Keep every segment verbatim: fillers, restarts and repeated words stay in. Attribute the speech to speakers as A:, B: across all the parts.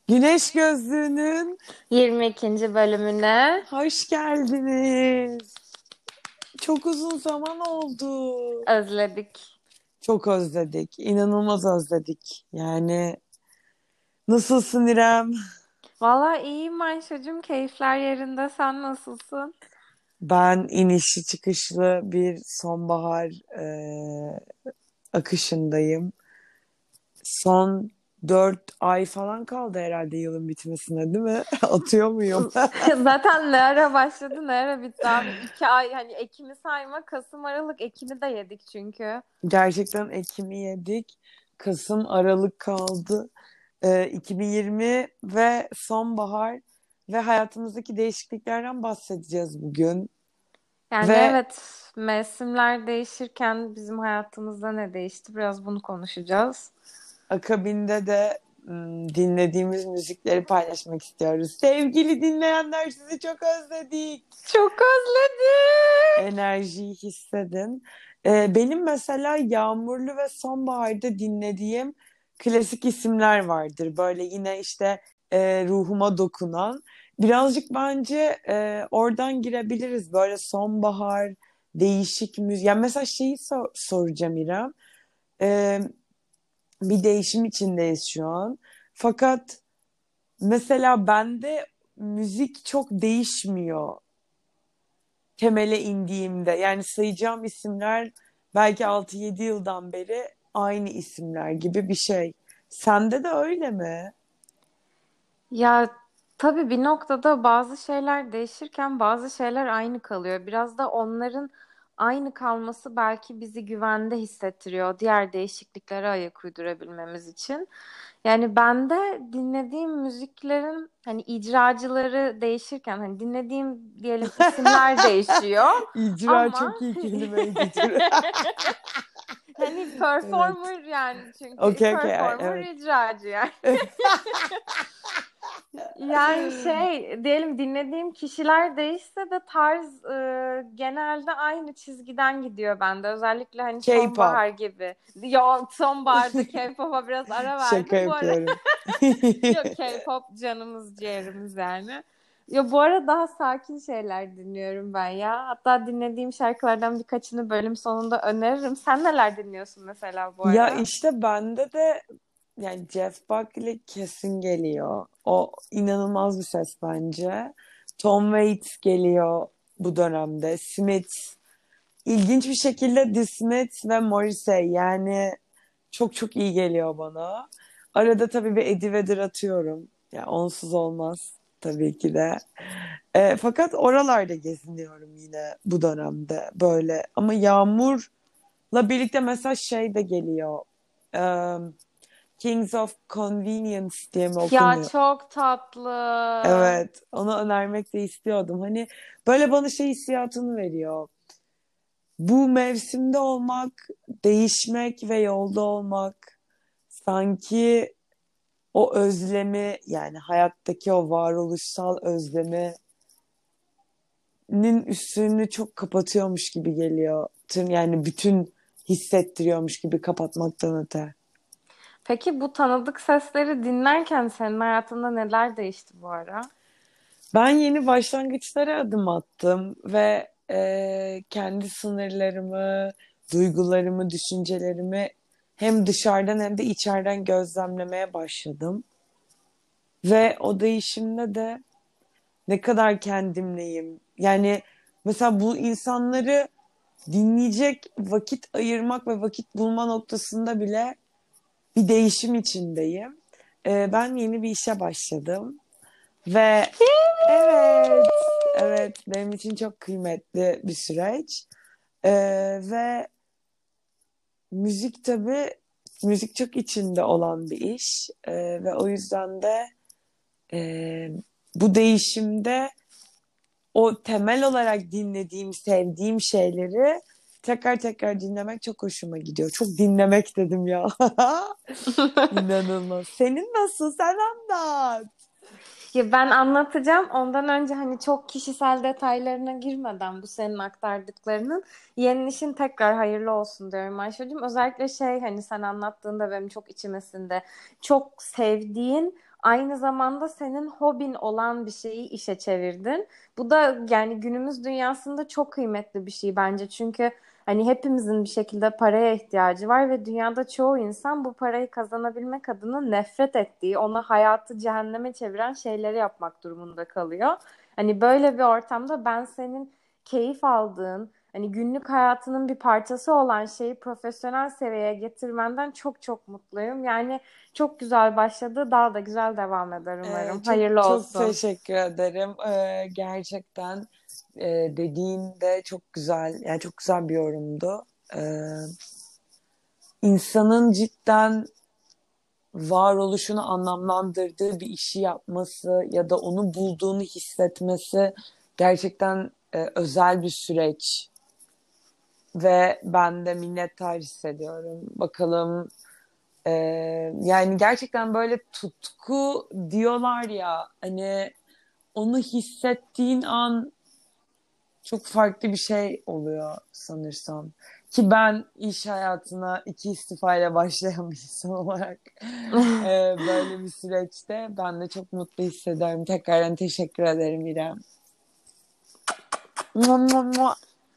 A: Güneş Gözlüğü'nün
B: yirmi ikinci bölümüne
A: hoş geldiniz. Çok uzun zaman oldu.
B: özledik.
A: Çok özledik. İnanılmaz özledik. Yani nasılsın İrem?
B: Valla iyiyim Ayşe'cim. Keyifler yerinde. Sen nasılsın?
A: Ben inişli çıkışlı bir sonbahar e, akışındayım. Son dört ay falan kaldı herhalde yılın bitmesine, değil mi? Atıyor muyum?
B: Zaten ne ara başladı ne ara bitti abi. İki ay hani Ekim'i sayma. Kasım, Aralık. Ekim'i de yedik çünkü.
A: Gerçekten Ekim'i yedik. Kasım, Aralık kaldı. Ee, iki bin yirmi ve sonbahar ve hayatımızdaki değişikliklerden bahsedeceğiz bugün.
B: Yani
A: Ve
B: evet, mevsimler değişirken bizim hayatımızda ne değişti? Biraz bunu konuşacağız.
A: akabinde de ım, dinlediğimiz müzikleri paylaşmak istiyoruz. Sevgili dinleyenler, sizi çok özledik.
B: Çok özledim.
A: Enerjiyi hissedin. Ee, benim mesela yağmurlu ve sonbaharda dinlediğim klasik isimler vardır. Böyle yine işte e, ruhuma dokunan. Birazcık bence e, oradan girebiliriz. Böyle sonbahar, değişik müzik. Yani mesela şeyi sor- soracağım İrem. Ee, bir değişim içindeyiz şu an. Fakat mesela bende müzik çok değişmiyor temele indiğimde. Yani sayacağım isimler belki altı yedi yıldan beri aynı isimler gibi bir şey. Sende de öyle mi?
B: Ya tabii bir noktada bazı şeyler değişirken bazı şeyler aynı kalıyor. Biraz da onların aynı kalması belki bizi güvende hissettiriyor diğer değişikliklere ayak uydurabilmemiz için. Yani ben de dinlediğim müziklerin hani icracıları değişirken hani dinlediğim diyelim isimler değişiyor
A: İcra
B: ama
A: çok iyi kelimeydi.
B: hani
A: Evet.
B: performer yani çünkü
A: Okey okey.
B: performer
A: Evet.
B: icracı yani. Yani şey diyelim dinlediğim kişiler değişse de tarz e, genelde aynı çizgiden gidiyor bende. Özellikle hani
A: K-pop.
B: sonbahar gibi. Yo, sonbaharda K-pop'a biraz ara
A: Şaka
B: verdim. Bu ara
A: yapıyorum.
B: yok, K-pop canımız ciğerimiz yani. Yo, bu ara daha sakin şeyler dinliyorum ben ya. Hatta dinlediğim şarkılardan birkaçını bölüm sonunda öneririm. Sen neler dinliyorsun mesela bu
A: Ya
B: ara?
A: işte bende de yani Jeff Buckley kesin geliyor. O inanılmaz bir ses bence. Tom Waits geliyor bu dönemde. Smith. İlginç bir şekilde The Smiths ve Morrissey, yani çok çok iyi geliyor bana. Arada tabii bir Eddie Vedder atıyorum. Ya onsuz olmaz tabii ki de. E, fakat oralarda geziniyorum yine bu dönemde böyle. Ama Yağmur'la birlikte mesela şey de geliyor. E, Kings of Convenience diye mi
B: Ya
A: okunuyor?
B: çok tatlı.
A: Evet, onu önermek de istiyordum. Hani böyle bana şey hissiyatını veriyor. Bu mevsimde olmak, değişmek ve yolda olmak sanki o özlemi, yani hayattaki o varoluşsal özleminin üstünü çok kapatıyormuş gibi geliyor. Tüm yani bütün hissettiriyormuş gibi kapatmaktan öte.
B: Peki bu tanıdık sesleri dinlerken senin hayatında neler değişti bu ara?
A: Ben yeni başlangıçlara adım attım ve e, kendi sınırlarımı, duygularımı, düşüncelerimi hem dışarıdan hem de içeriden gözlemlemeye başladım. Ve o değişimde de ne kadar kendimleyim. Yani mesela bu insanları dinleyecek vakit ayırmak ve vakit bulma noktasında bile bir değişim içindeyim. E, ben yeni bir işe başladım ve evet, evet benim için çok kıymetli bir süreç. Ee, ve müzik tabii, müzik çok içinde olan bir iş. Ee, ve o yüzden de e, bu değişimde o temel olarak dinlediğim, sevdiğim şeyleri tekrar tekrar dinlemek çok hoşuma gidiyor. Çok dinlemek dedim ya. İnanılmaz. Senin nasıl? Sen anlat.
B: Ya ben anlatacağım. Ondan önce hani çok kişisel detaylarına girmeden bu senin aktardıklarının yeni işin tekrar hayırlı olsun diyorum Ayşe'cim. Özellikle şey hani sen anlattığında benim çok içimesinde çok sevdiğin aynı zamanda senin hobin olan bir şeyi işe çevirdin. Bu da yani günümüz dünyasında çok kıymetli bir şey bence. Çünkü hani hepimizin bir şekilde paraya ihtiyacı var ve dünyada çoğu insan bu parayı kazanabilmek adına nefret ettiği, ona hayatı cehenneme çeviren şeyleri yapmak durumunda kalıyor. Hani böyle bir ortamda ben senin keyif aldığın, hani günlük hayatının bir parçası olan şeyi profesyonel seviyeye getirmenden çok çok mutluyum. Yani çok güzel başladı. Daha da güzel devam eder
A: Ee,
B: umarım.
A: çok
B: Hayırlı
A: çok
B: olsun.
A: teşekkür ederim. Ee, gerçekten e, dediğin de çok güzel, yani çok güzel bir yorumdu. Ee, insanın cidden varoluşunu anlamlandırdığı bir işi yapması ya da onu bulduğunu hissetmesi gerçekten e, özel bir süreç ve ben de minnettar hissediyorum. Bakalım, e, yani gerçekten böyle tutku diyorlar ya, hani onu hissettiğin an çok farklı bir şey oluyor sanırsam. Ki ben iş hayatına iki istifayla başlayan bir insan olarak e, böyle bir süreçte ben de çok mutlu hissederim. Tekrardan teşekkür ederim İrem. Mua, mua, mua.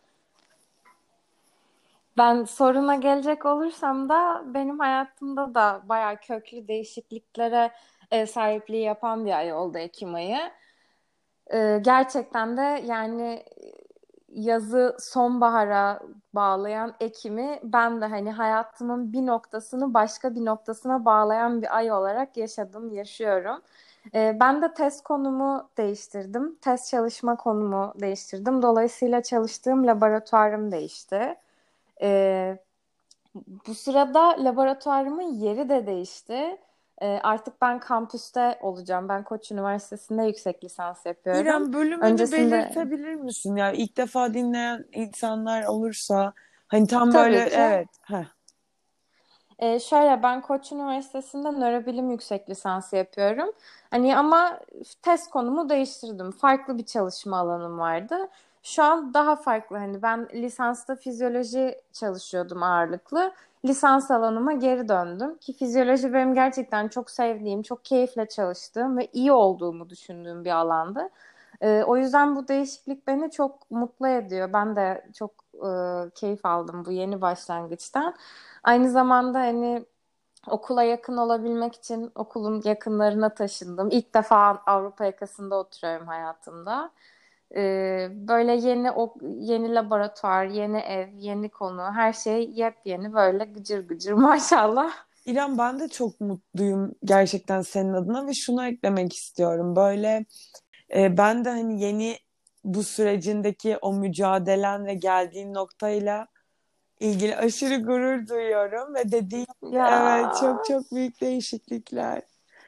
B: Ben soruna gelecek olursam da benim hayatımda da bayağı köklü değişikliklere ev sahipliği yapan bir ay oldu Ekim ayı. Ee, gerçekten de yani yazı sonbahara bağlayan Ekim'i ben de hani hayatımın bir noktasını başka bir noktasına bağlayan bir ay olarak yaşadım, yaşıyorum. Ee, ben de test konumu değiştirdim. Test çalışma konumu değiştirdim. Dolayısıyla çalıştığım laboratuvarım değişti. Ee, Bu sırada laboratuvarımın yeri de değişti. Ee, artık ben kampüste olacağım. Ben Koç Üniversitesi'nde yüksek lisans yapıyorum.
A: İrem, bölümünü
B: Öncesinde
A: belirtebilir misin? Ya ilk defa dinleyen insanlar olursa hani tam böyle,
B: tabii ki.
A: evet. Heh.
B: Ee, şöyle ben Koç Üniversitesi'nde nörobilim yüksek lisansı yapıyorum. Hani ama test konumu değiştirdim. Farklı bir çalışma alanım vardı. Şu an daha farklı. Hani ben lisansta fizyoloji çalışıyordum ağırlıklı. Lisans alanıma geri döndüm ki fizyoloji benim gerçekten çok sevdiğim, çok keyifle çalıştığım ve iyi olduğumu düşündüğüm bir alandı. Ee, o yüzden bu değişiklik beni çok mutlu ediyor. Ben de çok e, keyif aldım bu yeni başlangıçtan. Aynı zamanda hani okula yakın olabilmek için okulun yakınlarına taşındım. İlk defa Avrupa yakasında oturuyorum hayatımda. Ee, böyle yeni o yeni laboratuvar, yeni ev, yeni konu, her şey yepyeni böyle gıcır gıcır maşallah.
A: İrem, ben de çok mutluyum gerçekten senin adına ve şunu eklemek istiyorum. Böyle e, ben de hani yeni bu sürecindeki o mücadelen ve geldiğin noktayla ilgili aşırı gurur duyuyorum ve dediğin gibi
B: Ya
A: evet, çok çok büyük değişiklikler.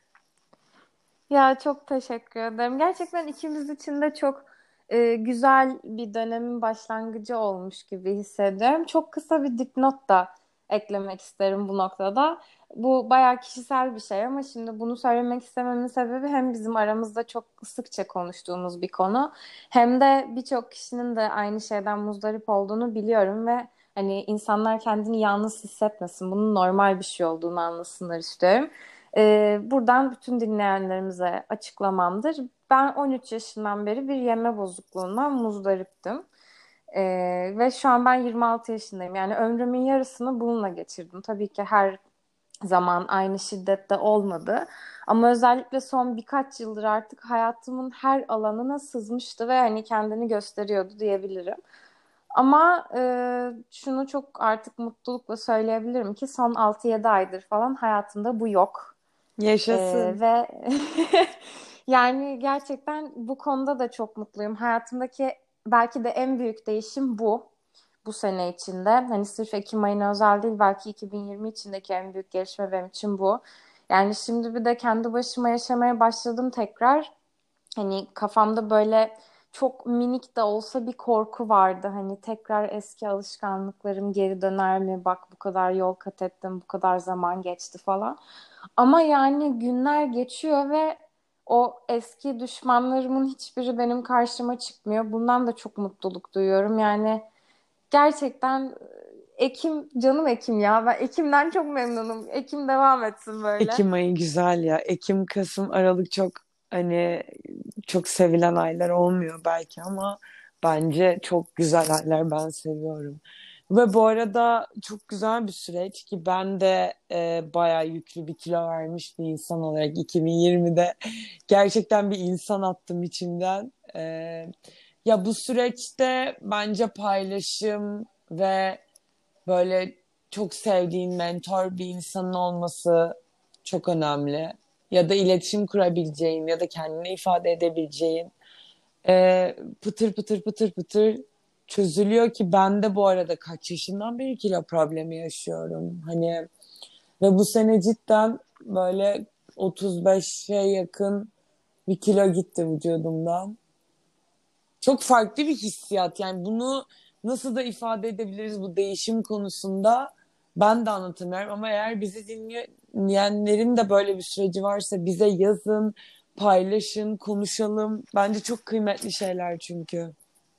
B: Ya çok teşekkür ederim. Gerçekten ikimiz için de çok e, güzel bir dönemin başlangıcı olmuş gibi hissediyorum. Çok kısa bir dipnot da eklemek isterim bu noktada. Bu bayağı kişisel bir şey ama şimdi bunu söylemek istememin sebebi hem bizim aramızda çok sıkça konuştuğumuz bir konu hem de birçok kişinin de aynı şeyden muzdarip olduğunu biliyorum ve hani insanlar kendini yalnız hissetmesin, bunun normal bir şey olduğunu anlasınlar istiyorum. Ee, buradan bütün dinleyenlerimize açıklamamdır. Ben on üç yaşından beri bir yeme bozukluğundan muzdariptim. Ee, ve şu an ben yirmi altı yaşındayım. Yani ömrümün yarısını bununla geçirdim. Tabii ki her zaman aynı şiddette olmadı. Ama özellikle son birkaç yıldır artık hayatımın her alanına sızmıştı ve hani kendini gösteriyordu diyebilirim. Ama e, şunu çok artık mutlulukla söyleyebilirim ki son altı yedi aydır falan hayatımda bu yok. Ee,
A: Yaşasın.
B: ve yani gerçekten bu konuda da çok mutluyum. Hayatımdaki belki de en büyük değişim bu. Bu sene içinde. Hani sırf Ekim ayına özel değil, belki iki bin yirmi içindeki en büyük gelişme benim için bu. Yani şimdi bir de kendi başıma yaşamaya başladım tekrar. Hani kafamda böyle çok minik de olsa bir korku vardı. Hani tekrar eski alışkanlıklarım geri döner mi? Bak bu kadar yol kat ettim, bu kadar zaman geçti falan. Ama yani günler geçiyor ve o eski düşmanlarımın hiçbiri benim karşıma çıkmıyor. Bundan da çok mutluluk duyuyorum. Yani gerçekten Ekim, canım Ekim ya. Ben Ekim'den çok memnunum. Ekim devam etsin böyle.
A: Ekim ayı güzel ya. Ekim, Kasım, Aralık çok hani çok sevilen aylar olmuyor belki ama bence çok güzel aylar, ben seviyorum. Ve bu arada çok güzel bir süreç ki ben de e, bayağı yüklü bir kilo vermiş bir insan olarak iki bin yirmide gerçekten bir insan attım içimden. E, ya bu süreçte bence paylaşım ve böyle çok sevdiğin mentor bir insanın olması çok önemli. Ya da iletişim kurabileceğin ya da kendini ifade edebileceğin e, pıtır pıtır pıtır pıtır çözülüyor ki ben de bu arada kaç yaşından beri kilo problemi yaşıyorum. Hani ve bu sene cidden böyle otuz beşe yakın bir kilo gitti vücudumdan. Çok farklı bir hissiyat. Yani bunu nasıl da ifade edebiliriz bu değişim konusunda ben de anlatamıyorum. Ama eğer bizi dinleyenlerin de böyle bir süreci varsa bize yazın, paylaşın, konuşalım. Bence çok kıymetli şeyler çünkü.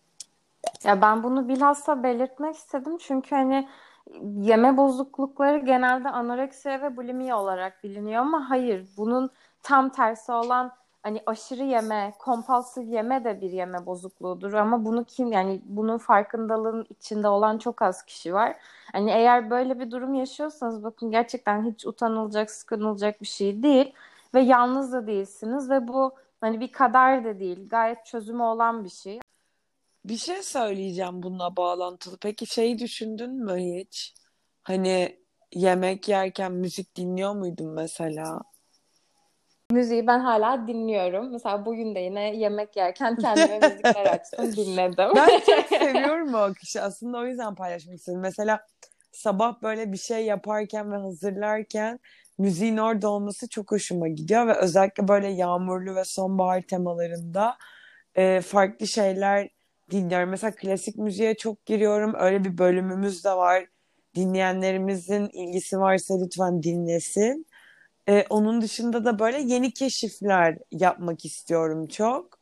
B: Ya ben bunu bilhassa belirtmek istedim çünkü hani yeme bozuklukları genelde anoreksiya ve bulimi olarak biliniyor ama hayır, bunun tam tersi olan hani aşırı yeme, kompulsif yeme de bir yeme bozukluğudur ama bunu kim, yani bunun farkındalığın içinde olan çok az kişi var. Hani eğer böyle bir durum yaşıyorsanız bakın, gerçekten hiç utanılacak, sıkılacak bir şey değil ve yalnız da değilsiniz ve bu hani bir kader de değil, gayet çözümü olan bir şey.
A: Bir şey söyleyeceğim bununla bağlantılı. Peki şeyi düşündün mü hiç? Hani yemek yerken müzik dinliyor muydun mesela?
B: Müziği ben hala dinliyorum. Mesela bugün de yine yemek yerken kendime müzikler açtım, dinledim.
A: Ben çok seviyorum o akışı. Aslında o yüzden paylaşmak istedim. Mesela sabah böyle bir şey yaparken ve hazırlarken müziğin orada olması çok hoşuma gidiyor ve özellikle böyle yağmurlu ve sonbahar temalarında e, farklı şeyler dinliyorum. Mesela klasik müziğe çok giriyorum. Öyle bir bölümümüz de var. Dinleyenlerimizin ilgisi varsa lütfen dinlesin. E, onun dışında da böyle yeni keşifler yapmak istiyorum çok.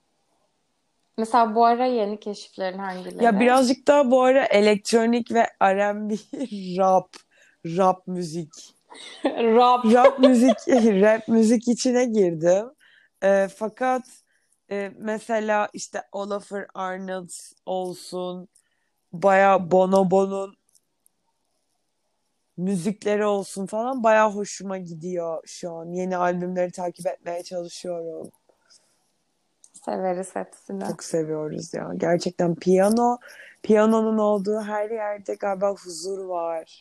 B: Mesela bu ara yeni keşiflerin
A: Ya
B: hangileri?
A: birazcık daha bu ara elektronik ve R and B rap, rap müzik.
B: Rap.
A: Rap müzik, rap müzik içine girdim. Ee, fakat e, mesela işte Olafur Arnold olsun, bayağı Bonobo'nun müzikleri olsun falan bayağı hoşuma gidiyor şu an. Yeni albümleri takip etmeye çalışıyorum.
B: Severiz hepsini.
A: Çok seviyoruz ya. Gerçekten piyano, piyanonun olduğu her yerde galiba huzur var.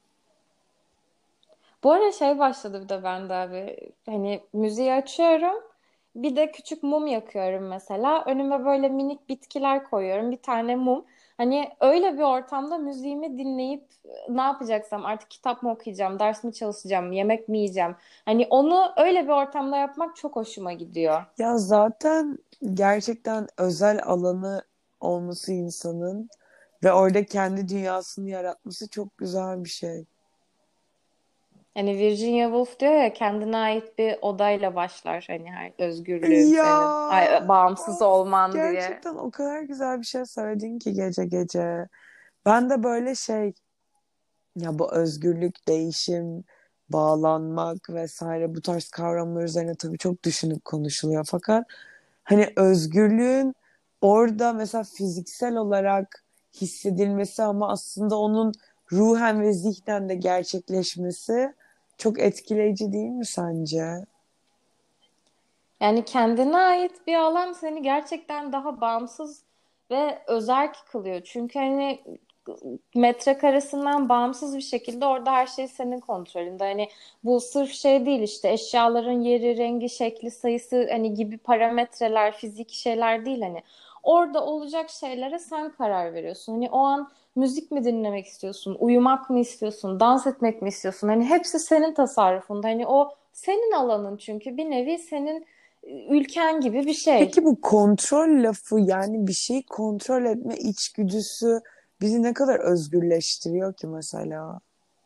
B: Bu ara şey başladı bir de bende abi. Hani müziği açıyorum. Bir de küçük mum yakıyorum mesela. Önüme böyle minik bitkiler koyuyorum. Bir tane mum. Hani öyle bir ortamda müziğimi dinleyip e, ne yapacaksam artık, kitap mı okuyacağım, ders mi çalışacağım, yemek mi yiyeceğim. Hani onu öyle bir ortamda yapmak çok hoşuma gidiyor.
A: Ya zaten gerçekten özel alanı olması insanın ve orada kendi dünyasını yaratması çok güzel bir şey.
B: Hani Virginia Woolf diyor ya, kendine ait bir odayla başlar hani her özgürlüğün
A: Ya
B: senin. Ay, bağımsız
A: of,
B: olman diye.
A: gerçekten o kadar güzel bir şey söyledin ki gece gece. Ben de böyle şey, ya bu özgürlük, değişim, bağlanmak vesaire bu tarz kavramlar üzerine tabii çok düşünüp konuşuluyor. Fakat hani özgürlüğün orada mesela fiziksel olarak hissedilmesi ama aslında onun ruhen ve zihnen de gerçekleşmesi çok etkileyici değil mi sence?
B: Yani kendine ait bir alan seni gerçekten daha bağımsız ve özerk kılıyor. Çünkü hani metrekaresinden bağımsız bir şekilde orada her şey senin kontrolünde. Hani bu sırf şey değil, işte eşyaların yeri, rengi, şekli, sayısı hani gibi parametreler, fiziki şeyler değil hani. Orada olacak şeylere sen karar veriyorsun. Hani o an müzik mi dinlemek istiyorsun, uyumak mı istiyorsun, dans etmek mi istiyorsun? Hani hepsi senin tasarrufunda. Hani o senin alanın, çünkü bir nevi senin ülken gibi bir şey.
A: Peki bu kontrol lafı, yani bir şeyi kontrol etme içgüdüsü bizi ne kadar özgürleştiriyor ki mesela?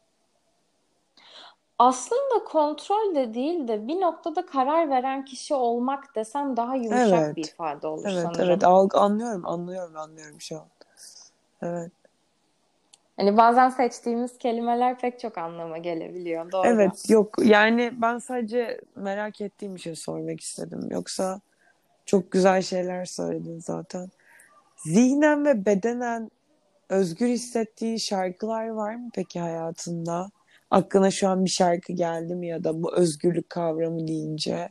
B: Aslında kontrol de değil de bir noktada karar veren kişi olmak desem daha yumuşak bir
A: Evet.
B: ifade olur
A: Evet, evet.
B: sanırım.
A: Al- anlıyorum, anlıyorum, anlıyorum şu an. Evet.
B: Hani bazen seçtiğimiz kelimeler pek çok anlama gelebiliyor. Doğru.
A: Evet, yok yani ben sadece merak ettiğim bir şey sormak istedim. Yoksa çok güzel şeyler söyledin zaten. Zihnen ve bedenen özgür hissettiğin şarkılar var mı peki hayatında? Aklına şu an bir şarkı geldi mi ya da bu özgürlük kavramı deyince?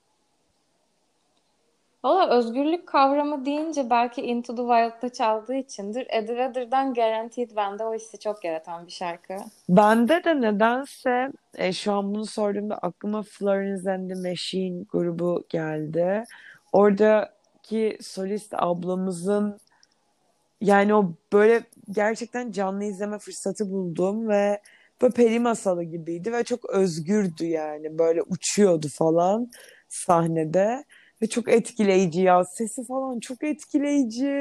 B: Valla özgürlük kavramı deyince belki Into the Wild'da çaldığı içindir. Eddie Vedder'dan Guaranteed bende o hissi çok yaratan bir şarkı.
A: Bende de nedense e, şu an bunu sorduğumda aklıma Florence and the Machine grubu geldi. Oradaki solist ablamızın yani o böyle gerçekten canlı izleme fırsatı buldum ve böyle peri masalı gibiydi ve çok özgürdü yani böyle uçuyordu falan sahnede ve çok etkileyici ya sesi falan çok etkileyici.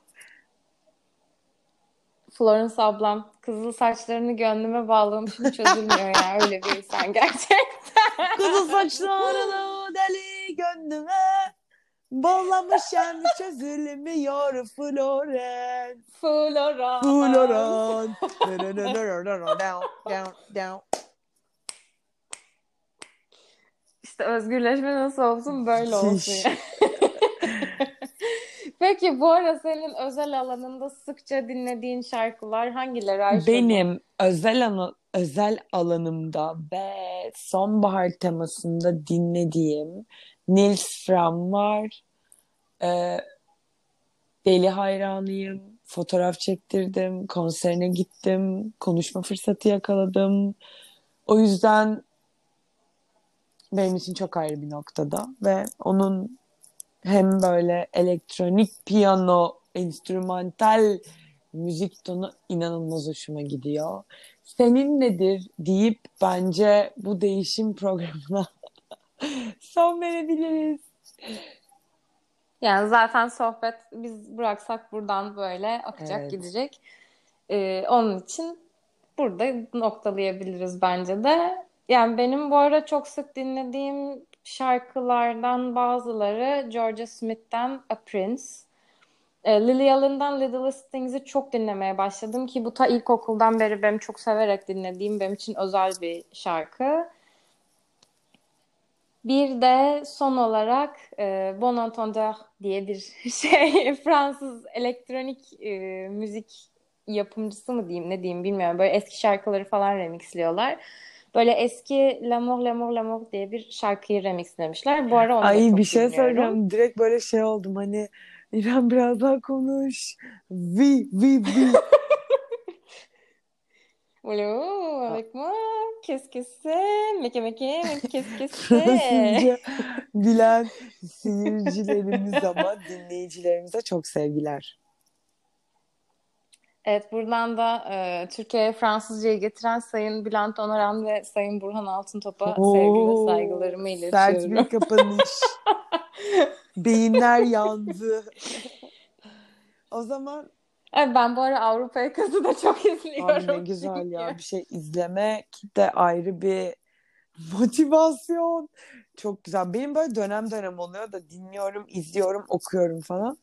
B: Florence ablam kızıl saçlarını gönlüme bağlamışım çözülmüyor ya öyle bir insan gerçekten.
A: Kızıl saçlarını deli gönlüme bağlamış yani çözülmüyor Florence.
B: Florence.
A: Florence. Down, down, down.
B: İşte özgürleşme nasıl olsun böyle olsun
A: Şiş.
B: ya. Peki bu ara senin özel alanında sıkça dinlediğin şarkılar hangileri Ayşegül?
A: Benim özel ana- özel alanımda ve sonbahar temasında dinlediğim Nils Fram var. Ee, Deli hayranıyım. Fotoğraf çektirdim, konserine gittim, konuşma fırsatı yakaladım. O yüzden benim için çok ayrı bir noktada ve onun hem böyle elektronik piyano, enstrümantal müzik tonu inanılmaz hoşuma gidiyor. Senin nedir deyip bence bu değişim programına son verebiliriz.
B: Yani zaten sohbet biz bıraksak buradan böyle akacak
A: Evet.
B: gidecek. Ee, onun için burada noktalayabiliriz bence de. Yani benim bu ara çok sık dinlediğim şarkılardan bazıları Georgia Smith'ten A Prince. E, Lily Allen'dan Littlest Things'i çok dinlemeye başladım ki bu ta ilkokuldan beri benim çok severek dinlediğim benim için özel bir şarkı. Bir de son olarak e, Bon Entendeur diye bir şey Fransız elektronik e, müzik yapımcısı mı diyeyim ne diyeyim bilmiyorum. Böyle eski şarkıları falan remixliyorlar. Böyle eski L'amour, L'amour, L'amour diye bir şarkıyı remixlemişler. Bu ara onu da
A: Ay bir
B: çok
A: şey
B: dinliyorum.
A: söyleyeceğim. Direkt böyle şey oldum hani İrem biraz daha konuş. Vi vi vi.
B: Alo, avec moi, qu'est-ce que c'est? Meke meke, mais qu'est-ce que c'est?
A: Fransızca bilen seyircilerimiz ama dinleyicilerimize çok sevgiler.
B: Evet, buradan da e, Türkiye'ye Fransızcayı getiren Sayın Bülent Onaran ve Sayın Burhan Altıntop'a sevgi ve
A: Oo,
B: saygılarımı
A: sert bir
B: iletiyorum.
A: kapanış. Beyinler yandı. O zaman
B: Ay, ben bu ara Avrupa Yakası da çok
A: ay ne
B: izliyorum
A: güzel
B: çünkü.
A: ya bir şey izlemek de ayrı bir motivasyon. Çok güzel. Benim böyle dönem dönem oluyor da dinliyorum, izliyorum, okuyorum falan.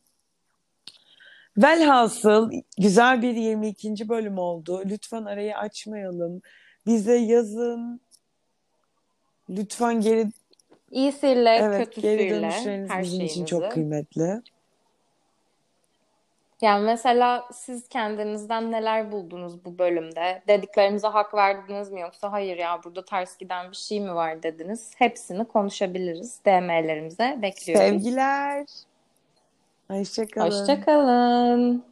A: Velhasıl güzel bir yirmi ikinci bölüm oldu. Lütfen arayı açmayalım. Bize yazın. Lütfen geri
B: İyisiyle,
A: evet geri
B: kötüsüyle
A: dönüşleriniz
B: her
A: bizim için çok
B: şeyimizi.
A: kıymetli.
B: Yani mesela siz kendinizden neler buldunuz bu bölümde? Dediklerimize hak verdiniz mi yoksa hayır ya burada ters giden bir şey mi var dediniz? Hepsini konuşabiliriz. D M'lerimize bekliyoruz.
A: Sevgiler. Hoşça
B: Hoşça
A: kalın.
B: kalın.